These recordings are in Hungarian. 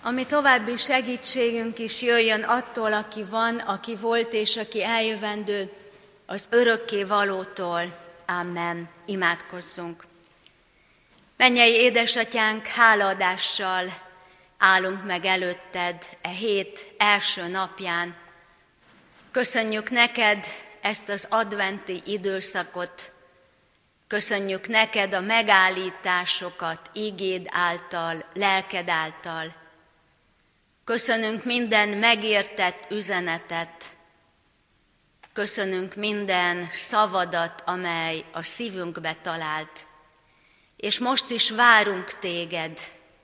ami további segítségünk is jöjjön attól, aki van, aki volt és aki eljövendő, az örökké valótól. Amen. Imádkozzunk. Mennyei édesatyánk, hálaadással állunk meg előtted e hét első napján. Köszönjük neked ezt az adventi időszakot, köszönjük neked a megállításokat igéd által, lelked által. Köszönünk minden megértett üzenetet, köszönünk minden szavadat, amely a szívünkbe talált, és most is várunk téged,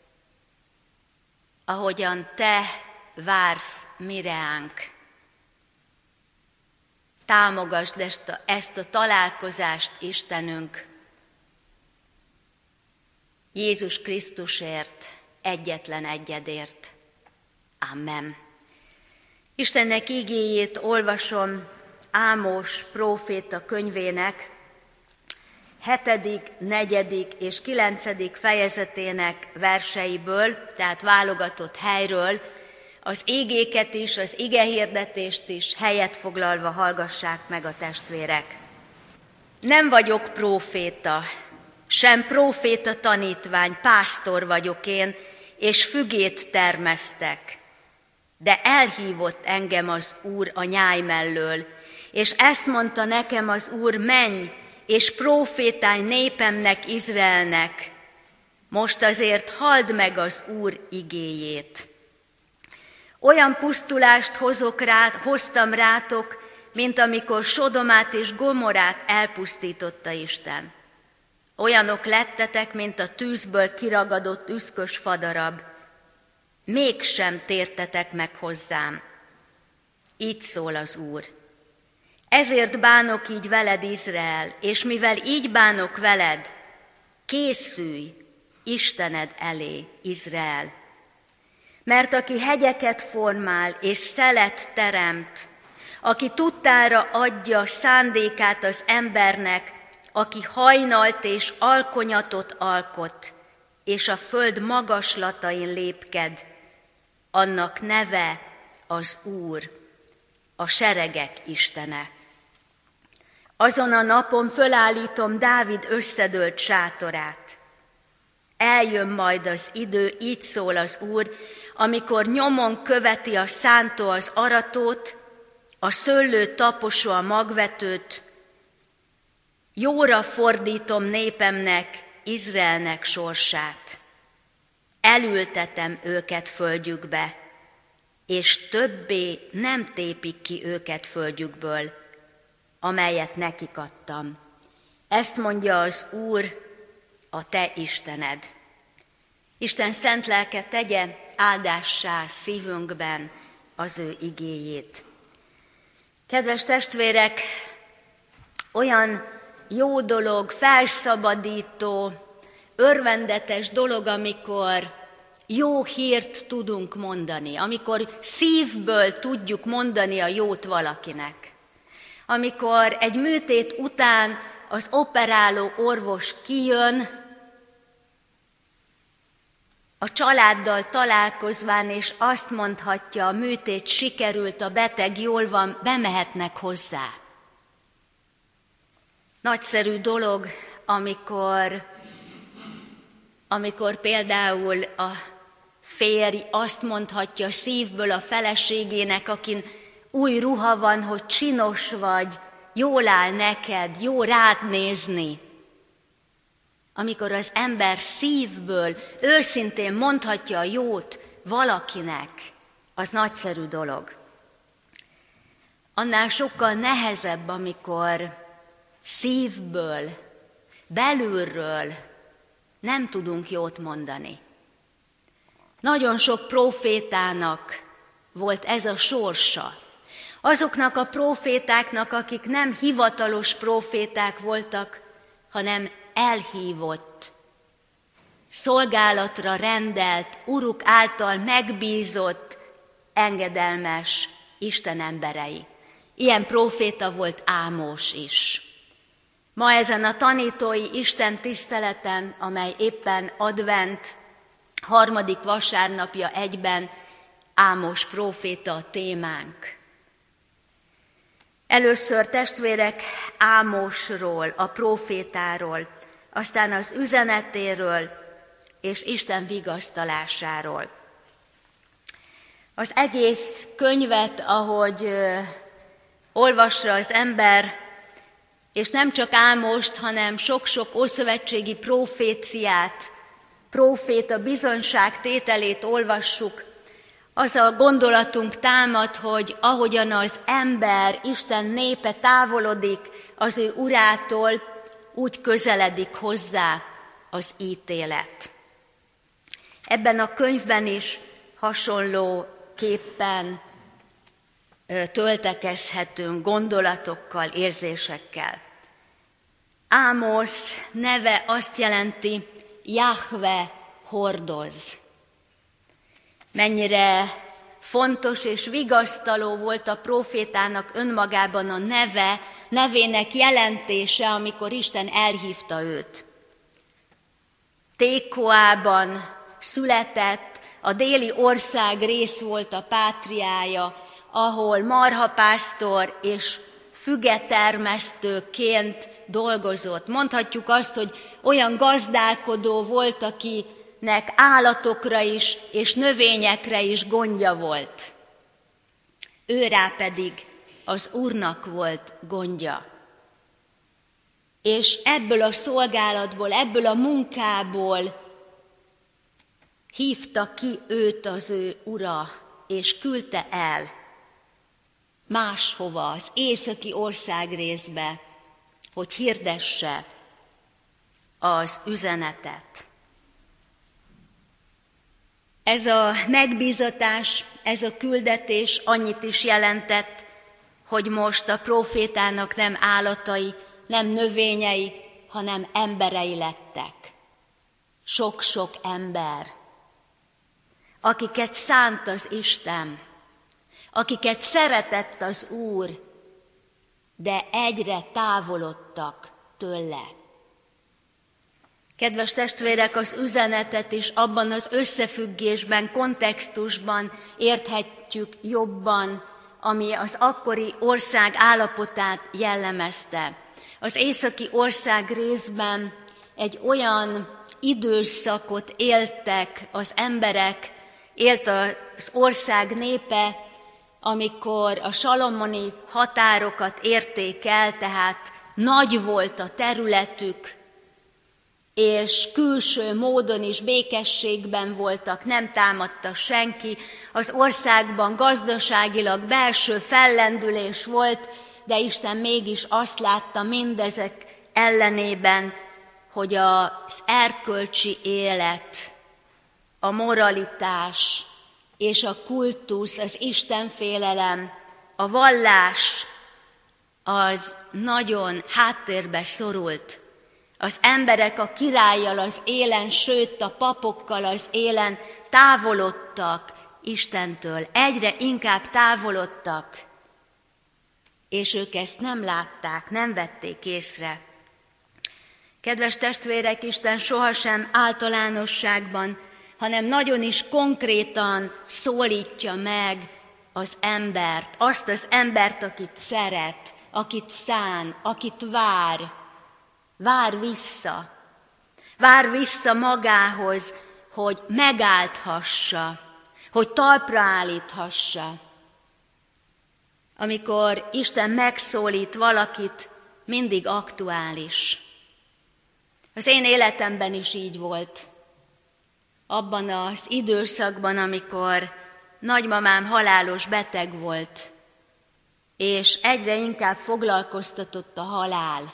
ahogyan te vársz mi reánk. Támogasd ezt a találkozást, Istenünk, Jézus Krisztusért, egyetlen egyedért. Amen. Istennek igéjét olvasom Ámos próféta könyvének 7., 4. és 9. fejezetének verseiből, tehát válogatott helyről. Az ígéket is, az igehirdetést is helyet foglalva hallgassák meg a testvérek. Nem vagyok próféta, sem próféta tanítvány, pásztor vagyok én, és fügét termesztek. De elhívott engem az Úr a nyáj mellől, és ezt mondta nekem az Úr: menj, és prófétálj népemnek, Izraelnek. Most azért halld meg az Úr igéjét. Olyan pusztulást hoztam rátok, mint amikor Sodomát és Gomorrát elpusztította Isten. Olyanok lettetek, mint a tűzből kiragadott üszkös fadarab. Mégsem tértetek meg hozzám. Így szól az Úr. Ezért bánok így veled, Izrael, és mivel így bánok veled, készülj Istened elé, Izrael. Mert aki hegyeket formál és szelet teremt, aki tudtára adja szándékát az embernek, aki hajnalt és alkonyatot alkot, és a föld magaslatain lépked, annak neve az Úr, a seregek Istene. Azon a napon fölállítom Dávid összedőlt sátorát. Eljön majd az idő, így szól az Úr, amikor nyomon követi a szántó az aratót, a szőlő taposó a magvetőt, jóra fordítom népemnek, Izraelnek sorsát. Elültetem őket földjükbe, és többé nem tépik ki őket földjükből, amelyet nekik adtam. Ezt mondja az Úr, a te Istened. Isten szent lelke tegye áldássá szívünkben az ő igéjét. Kedves testvérek, olyan jó dolog, felszabadító, örvendetes dolog, amikor jó hírt tudunk mondani, amikor szívből tudjuk mondani a jót valakinek. Amikor egy műtét után az operáló orvos kijön, a családdal találkozván, és azt mondhatja, a műtét sikerült, a beteg jól van, bemehetnek hozzá. Nagyszerű dolog, amikor például a férj azt mondhatja szívből a feleségének, akin új ruha van, hogy csinos vagy, jól áll neked, jó rád nézni. Amikor az ember szívből őszintén mondhatja a jót valakinek, az nagyszerű dolog. Annál sokkal nehezebb, amikor szívből, belülről nem tudunk jót mondani. Nagyon sok prófétának volt ez a sorsa. Azoknak a prófétáknak, akik nem hivatalos próféták voltak, hanem elhívott, szolgálatra rendelt, uruk által megbízott, engedelmes Isten emberei. Ilyen próféta volt Ámos is. Ma ezen a tanítói Isten tiszteleten, amely éppen advent, harmadik vasárnapja egyben Ámos próféta a témánk. Először, testvérek, Ámosról, a prófétáról, aztán az üzenetéről és Isten vigasztalásáról. Az egész könyvet, ahogy olvassa az ember, és nem csak Ámost, hanem sok-sok ószövetségi proféciát, próféta bizonyságtételét olvassuk, az a gondolatunk támad, hogy ahogyan az ember, Isten népe távolodik az ő urától, úgy közeledik hozzá az ítélet. Ebben a könyvben is hasonlóképpen töltekezhetünk gondolatokkal, érzésekkel. Ámosz neve azt jelenti, Jahve hordoz. Mennyire fontos és vigasztaló volt a prófétának önmagában a nevének jelentése, amikor Isten elhívta őt. Tékoában született, a déli ország rész volt a pátriája, ahol marhapásztor és fügetermesztőként dolgozott. Mondhatjuk azt, hogy olyan gazdálkodó volt, akinek állatokra is és növényekre is gondja volt. Őrá pedig az Úrnak volt gondja. És ebből a szolgálatból, ebből a munkából hívta ki őt az ő ura, és küldte el máshova, az északi országrészbe, hogy hirdesse az üzenetet. Ez a megbízatás, ez a küldetés annyit is jelentett, hogy most a prófétának nem állatai, nem növényei, hanem emberei lettek. Sok-sok ember, akiket szánt az Isten, akiket szeretett az Úr, de egyre távolodtak tőle. Kedves testvérek, az üzenetet is abban az összefüggésben, kontextusban érthetjük jobban, ami az akkori ország állapotát jellemezte. Az északi ország részben egy olyan időszakot éltek az emberek, élt az ország népe, amikor a salomoni határokat érték el, tehát nagy volt a területük, és külső módon is békességben voltak, nem támadta senki. Az országban gazdaságilag belső fellendülés volt, de Isten mégis azt látta mindezek ellenében, hogy az erkölcsi élet, a moralitás és a kultusz, az istenfélelem, a vallás az nagyon háttérbe szorult. Az emberek a királlyal az élen, sőt a papokkal az élen távolodtak Istentől, egyre inkább távolodtak, és ők ezt nem látták, nem vették észre. Kedves testvérek, Isten sohasem általánosságban, hanem nagyon is konkrétan szólítja meg az embert, azt az embert, akit szeret, akit szán, akit vár vissza magához, hogy megáldhassa, hogy talpra állíthassa. Amikor Isten megszólít valakit, mindig aktuális. Az én életemben is így volt. Abban az időszakban, amikor nagymamám halálos beteg volt, és egyre inkább foglalkoztatott a halál,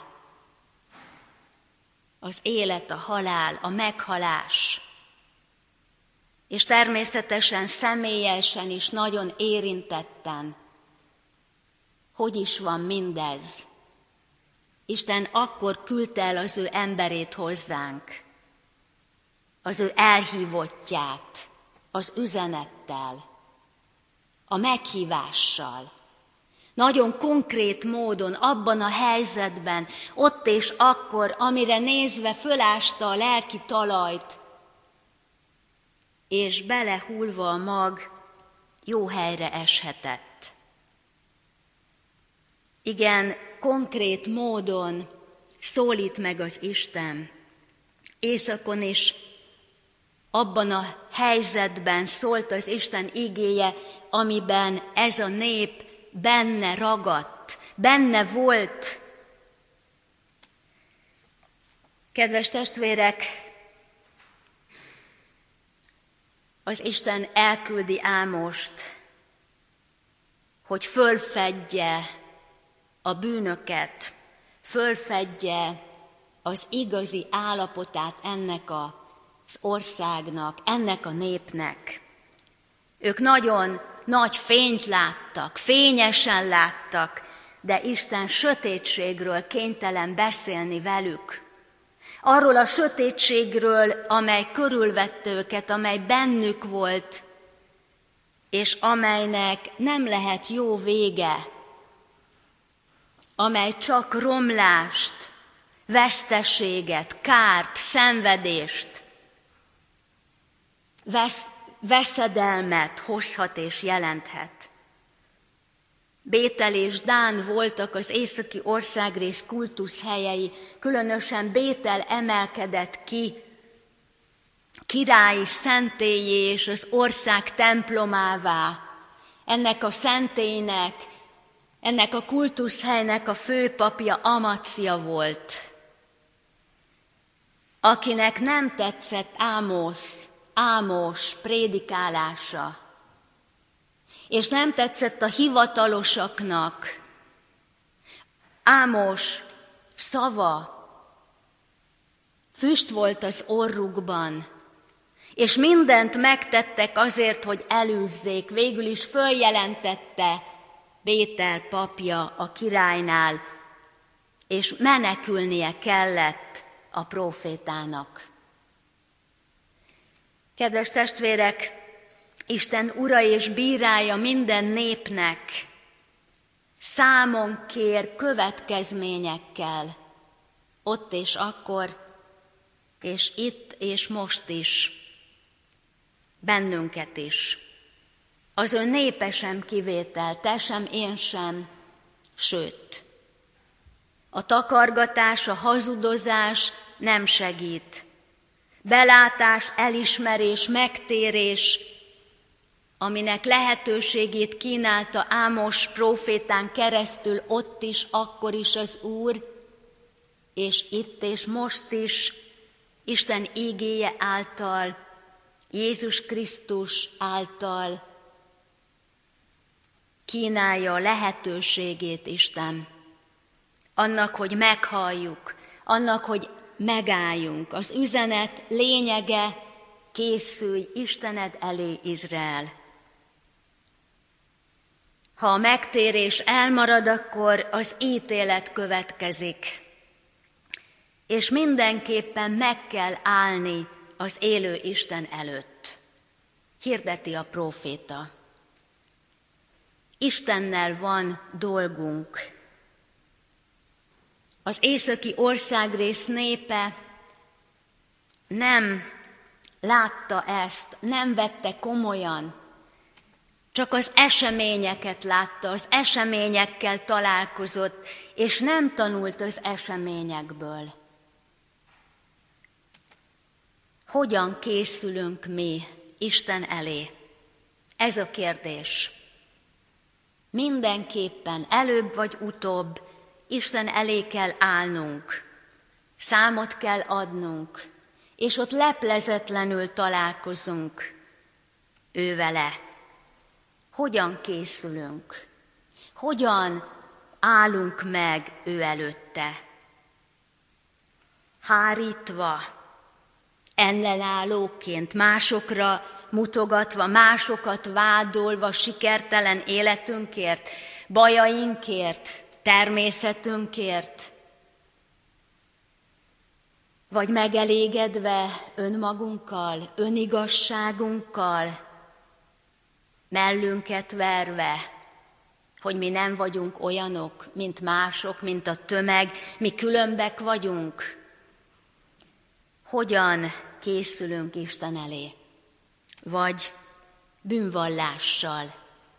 az élet, a halál, a meghalás. És természetesen személyesen is nagyon érintetten. Hogy is van mindez? Isten akkor küldte el az ő emberét hozzánk, az ő elhívottját, az üzenettel, a meghívással. Nagyon konkrét módon, abban a helyzetben, ott és akkor, amire nézve fölásta a lelki talajt, és belehulva a mag jó helyre eshetett. Igen, konkrét módon szólít meg az Isten. Északon is abban a helyzetben szólt az Isten igéje, amiben ez a nép benne ragadt, benne volt. Kedves testvérek, az Isten elküldi Ámost, hogy fölfedje a bűnöket, fölfedje az igazi állapotát ennek az országnak, ennek a népnek. Ők nagyon nagy fényt láttak, fényesen láttak, de Isten sötétségről kénytelen beszélni velük. Arról a sötétségről, amely körülvette őket, amely bennük volt, és amelynek nem lehet jó vége, amely csak romlást, veszteséget, kárt, szenvedést, veszedelmet hozhat és jelenthet. Bétel és Dán voltak az északi országrész kultuszhelyei, különösen Bétel emelkedett ki királyi szentélyé és az ország templomává. Ennek a szentélynek, ennek a kultuszhelynek a főpapja Amacia volt, akinek nem tetszett Ámos prédikálása, és nem tetszett a hivatalosaknak Ámos szava, füst volt az orrukban, és mindent megtettek azért, hogy elűzzék. Végül is följelentette Bétel papja a királynál, és menekülnie kellett a prófétának. Kedves testvérek, Isten ura és bírája minden népnek, számon kér következményekkel, ott és akkor, és itt és most is, bennünket is. Az ő népe sem kivétel, te sem, én sem, sőt. A takargatás, a hazudozás nem segít. Belátás, elismerés, megtérés, aminek lehetőségét kínálta Ámos prófétán keresztül ott is, akkor is az Úr, és itt és most is, Isten ígéje által, Jézus Krisztus által kínálja a lehetőségét Isten. Annak, hogy meghalljuk, annak, hogy megálljunk. Az üzenet lényege: készülj Istened elé, Izrael. Ha a megtérés elmarad, akkor az ítélet következik. És mindenképpen meg kell állni az élő Isten előtt. Hirdeti a próféta. Istennel van dolgunk. Az északi országrész népe nem látta ezt, nem vette komolyan, csak az eseményeket látta, az eseményekkel találkozott, és nem tanult az eseményekből. Hogyan készülünk mi Isten elé? Ez a kérdés. Mindenképpen előbb vagy utóbb Isten elé kell állnunk, számot kell adnunk, és ott leplezetlenül találkozunk ővele. Hogyan készülünk? Hogyan állunk meg ő előtte? Hárítva, ellenállóként, másokra mutogatva, másokat vádolva sikertelen életünkért, bajainkért, természetünkért, vagy megelégedve önmagunkkal, önigazságunkkal, mellünket verve, hogy mi nem vagyunk olyanok, mint mások, mint a tömeg, mi különbek vagyunk. Hogyan készülünk Isten elé? vagy bűnvallással,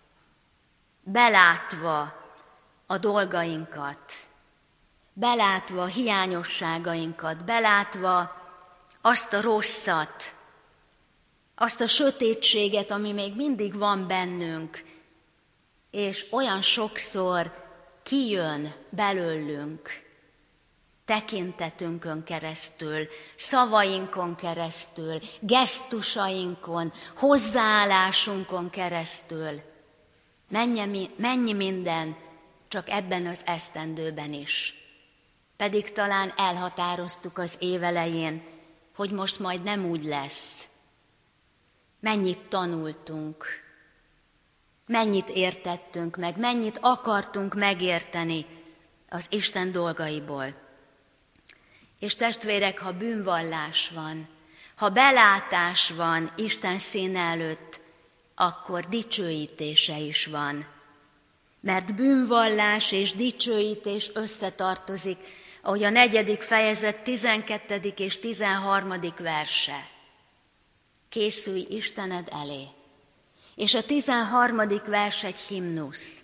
belátva a dolgainkat, belátva a hiányosságainkat, belátva azt a rosszat, azt a sötétséget, ami még mindig van bennünk, és olyan sokszor kijön belőlünk, tekintetünkön keresztül, szavainkon keresztül, gesztusainkon, hozzáállásunkon keresztül. Mennyi minden csak ebben az esztendőben is. Pedig talán elhatároztuk az év elején, hogy most majd nem úgy lesz. Mennyit tanultunk, mennyit értettünk meg, mennyit akartunk megérteni az Isten dolgaiból. És testvérek, ha bűnvallás van, ha belátás van Isten színe előtt, akkor dicsőítése is van. Mert bűnvallás és dicsőítés összetartozik, ahogy a 4. fejezet 12. és 13. verse. Készülj Istened elé. És a 13. vers egy himnusz.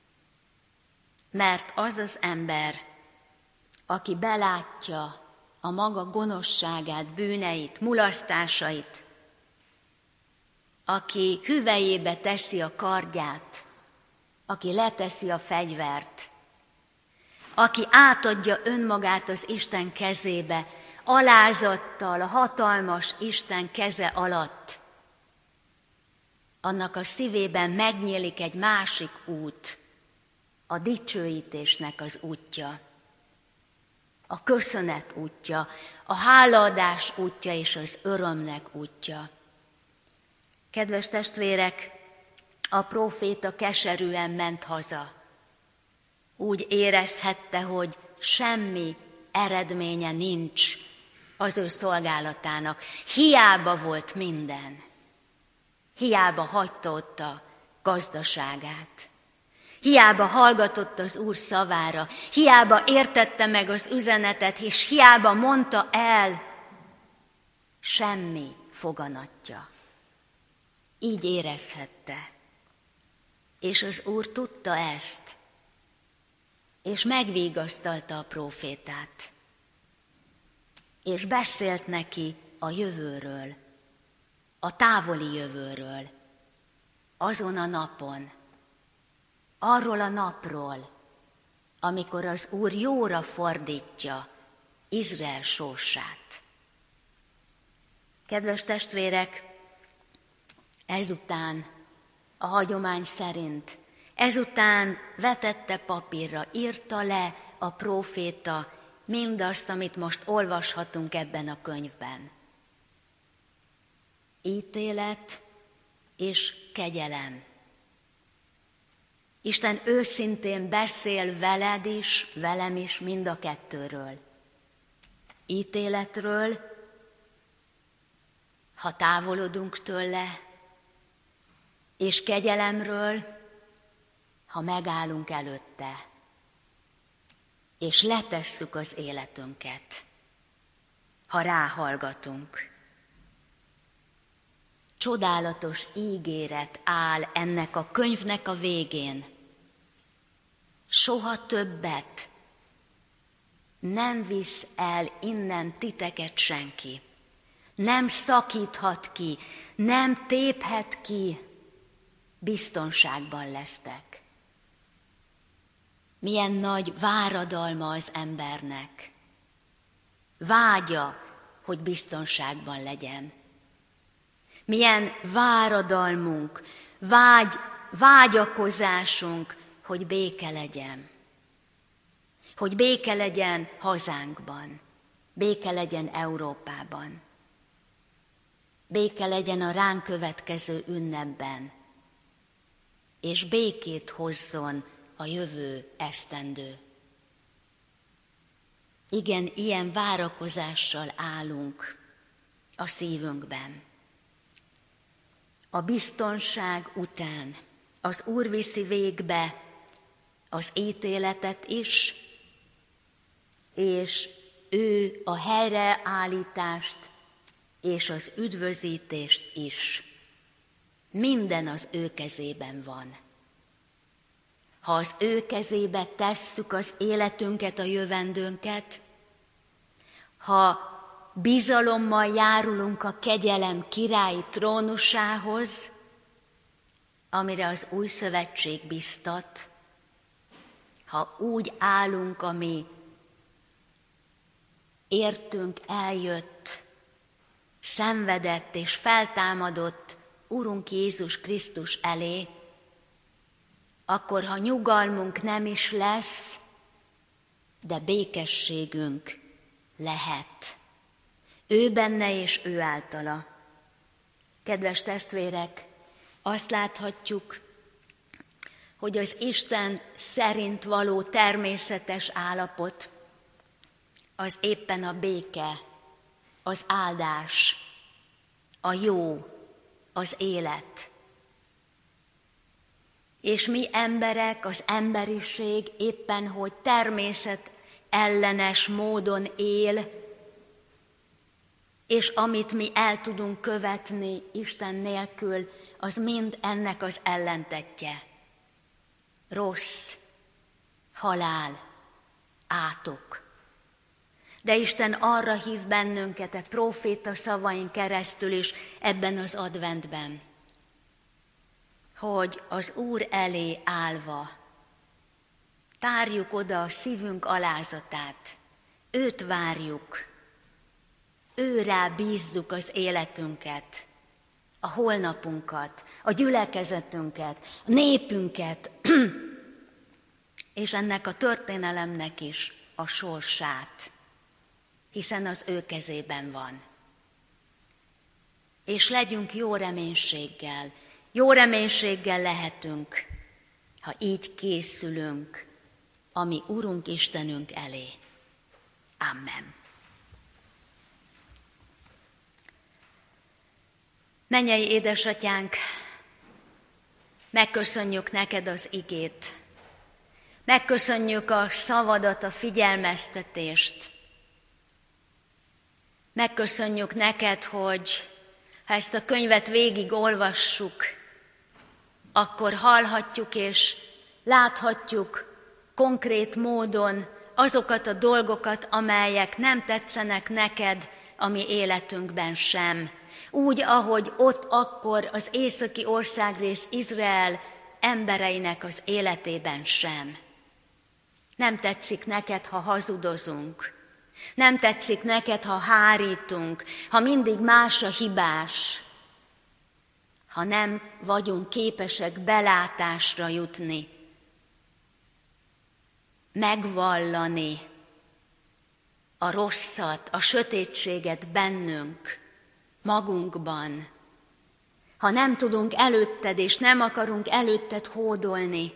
Mert az az ember, aki belátja a maga gonoszságát, bűneit, mulasztásait, aki hüvelyébe teszi a kardját, aki leteszi a fegyvert, aki átadja önmagát az Isten kezébe, alázattal, a hatalmas Isten keze alatt, annak a szívében megnyílik egy másik út, a dicsőítésnek az útja, a köszönet útja, a hálaadás útja és az örömnek útja. Kedves testvérek, a próféta keserűen ment haza. Úgy érezhette, hogy semmi eredménye nincs az ő szolgálatának. Hiába volt minden. Hiába hagyta ott a gazdaságát. Hiába hallgatott az Úr szavára. Hiába értette meg az üzenetet, és hiába mondta el. Semmi foganatja. Így érezhette. És az Úr tudta ezt, és megvigasztalta a prófétát, és beszélt neki a jövőről, a távoli jövőről, azon a napon, arról a napról, amikor az Úr jóra fordítja Izrael sorsát. Kedves testvérek, ezután a hagyomány szerint, ezután vetette papírra, írta le a próféta mindazt, amit most olvashatunk ebben a könyvben. Ítélet és kegyelem. Isten őszintén beszél veled is, velem is mind a kettőről. Ítéletről, ha távolodunk tőle, és kegyelemről, ha megállunk előtte, és letesszük az életünket, ha ráhallgatunk. Csodálatos ígéret áll ennek a könyvnek a végén. Soha többet nem visz el innen titeket senki. Nem szakíthat ki, nem téphet ki, biztonságban lesztek. Milyen nagy váradalma az embernek. Vágya, hogy biztonságban legyen. Milyen váradalmunk, vágyakozásunk, hogy béke legyen. Hogy béke legyen hazánkban, béke legyen Európában. Béke legyen a ránk következő ünnepben, és békét hozzon a jövő esztendő. Igen, ilyen várakozással állunk a szívünkben. A biztonság után az Úr viszi végbe az ítéletet is, és ő a helyreállítást és az üdvözítést is minden az ő kezében van. Ha az ő kezébe tesszük az életünket, a jövendőnket, ha bizalommal járulunk a kegyelem királyi trónusához, amire az új szövetség biztat, ha úgy állunk, ami értünk eljött, szenvedett és feltámadott Urunk Jézus Krisztus elé, akkor, ha nyugalmunk nem is lesz, de békességünk lehet. Ő benne és ő általa. Kedves testvérek, azt láthatjuk, hogy az Isten szerint való természetes állapot az éppen a béke, az áldás, a jó, az élet. És mi emberek, az emberiség éppen, hogy természet ellenes módon él, és amit mi el tudunk követni Isten nélkül, az mind ennek az ellentetje. Rossz, halál, átok. De Isten arra hív bennünket a próféta szavain keresztül is ebben az adventben, hogy az Úr elé állva tárjuk oda a szívünk alázatát, őt várjuk, őrá bízzuk az életünket, a holnapunkat, a gyülekezetünket, a népünket, és ennek a történelemnek is a sorsát, hiszen az ő kezében van. És legyünk jó reménységgel lehetünk, ha így készülünk a mi Urunk Istenünk elé. Amen. Mennyei édesatyánk, megköszönjük neked az igét, megköszönjük a szavadat, a figyelmeztetést, megköszönjük neked, hogy ha ezt a könyvet végig olvassuk, akkor hallhatjuk és láthatjuk konkrét módon azokat a dolgokat, amelyek nem tetszenek neked a mi életünkben sem. Úgy, ahogy ott akkor az északi országrész Izrael embereinek az életében sem. Nem tetszik neked, ha hazudozunk. Nem tetszik neked, ha hárítunk, ha mindig más a hibás, ha nem vagyunk képesek belátásra jutni, megvallani a rosszat, a sötétséget bennünk, magunkban. Ha nem tudunk előtted, és nem akarunk előtted hódolni,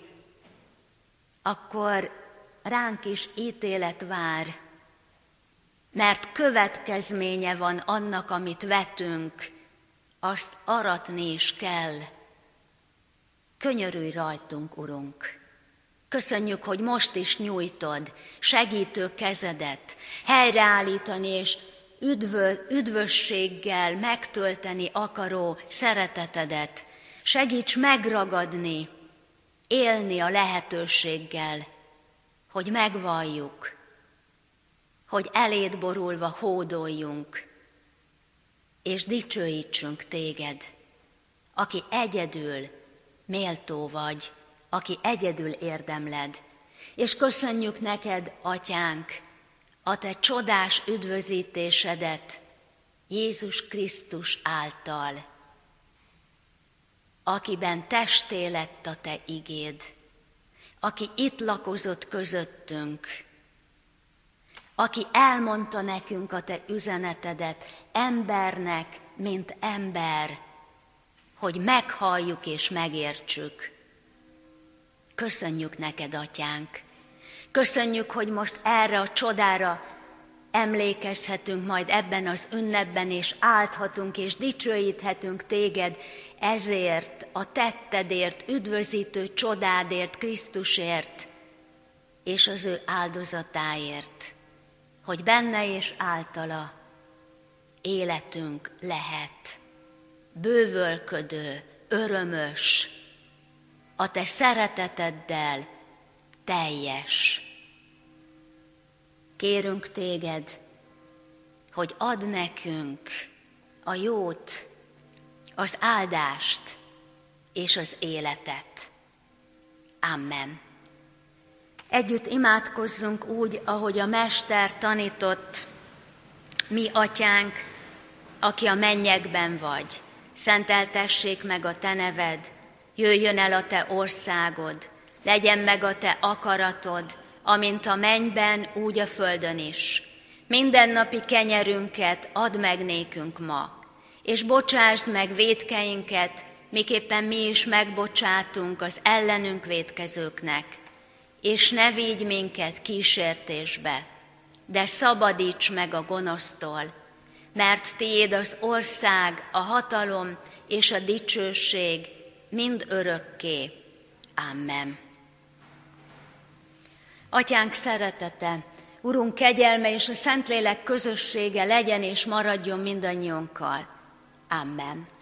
akkor ránk is ítélet vár, mert következménye van annak, amit vetünk, azt aratni is kell. Könyörülj rajtunk, Urunk! Köszönjük, hogy most is nyújtod segítő kezedet, helyreállítani és üdvösséggel megtölteni akaró szeretetedet. Segíts megragadni, élni a lehetőséggel, hogy megvalljuk, hogy eléd borulva hódoljunk, és dicsőítsünk téged, aki egyedül méltó vagy, aki egyedül érdemled. És köszönjük neked, Atyánk, a te csodás üdvözítésedet Jézus Krisztus által, akiben testé lett a te igéd, aki itt lakozott közöttünk, aki elmondta nekünk a te üzenetedet embernek, mint ember, hogy meghalljuk és megértsük. Köszönjük neked, Atyánk! Köszönjük, hogy most erre a csodára emlékezhetünk majd ebben az ünnepben, és álthatunk és dicsőíthetünk téged ezért, a tettedért, üdvözítő csodádért, Krisztusért, és az ő áldozatáért, hogy benne és általa életünk lehet, bővölködő, örömös, a te szereteteddel teljes. Kérünk téged, hogy add nekünk a jót, az áldást és az életet. Amen. Együtt imádkozzunk úgy, ahogy a Mester tanított. Mi, Atyánk, aki a mennyekben vagy, szenteltessék meg a te neved, jöjjön el a te országod, legyen meg a te akaratod, amint a mennyben, úgy a földön is. Mindennapi kenyerünket add meg nékünk ma, és bocsásd meg vétkeinket, miképpen mi is megbocsátunk az ellenünk vétkezőknek. És ne vigy minket kísértésbe, de szabadíts meg a gonosztól, mert tiéd az ország, a hatalom és a dicsőség mind örökké. Amen. Atyánk szeretete, Urunk kegyelme és a Szentlélek közössége legyen és maradjon mindannyiunkkal. Amen.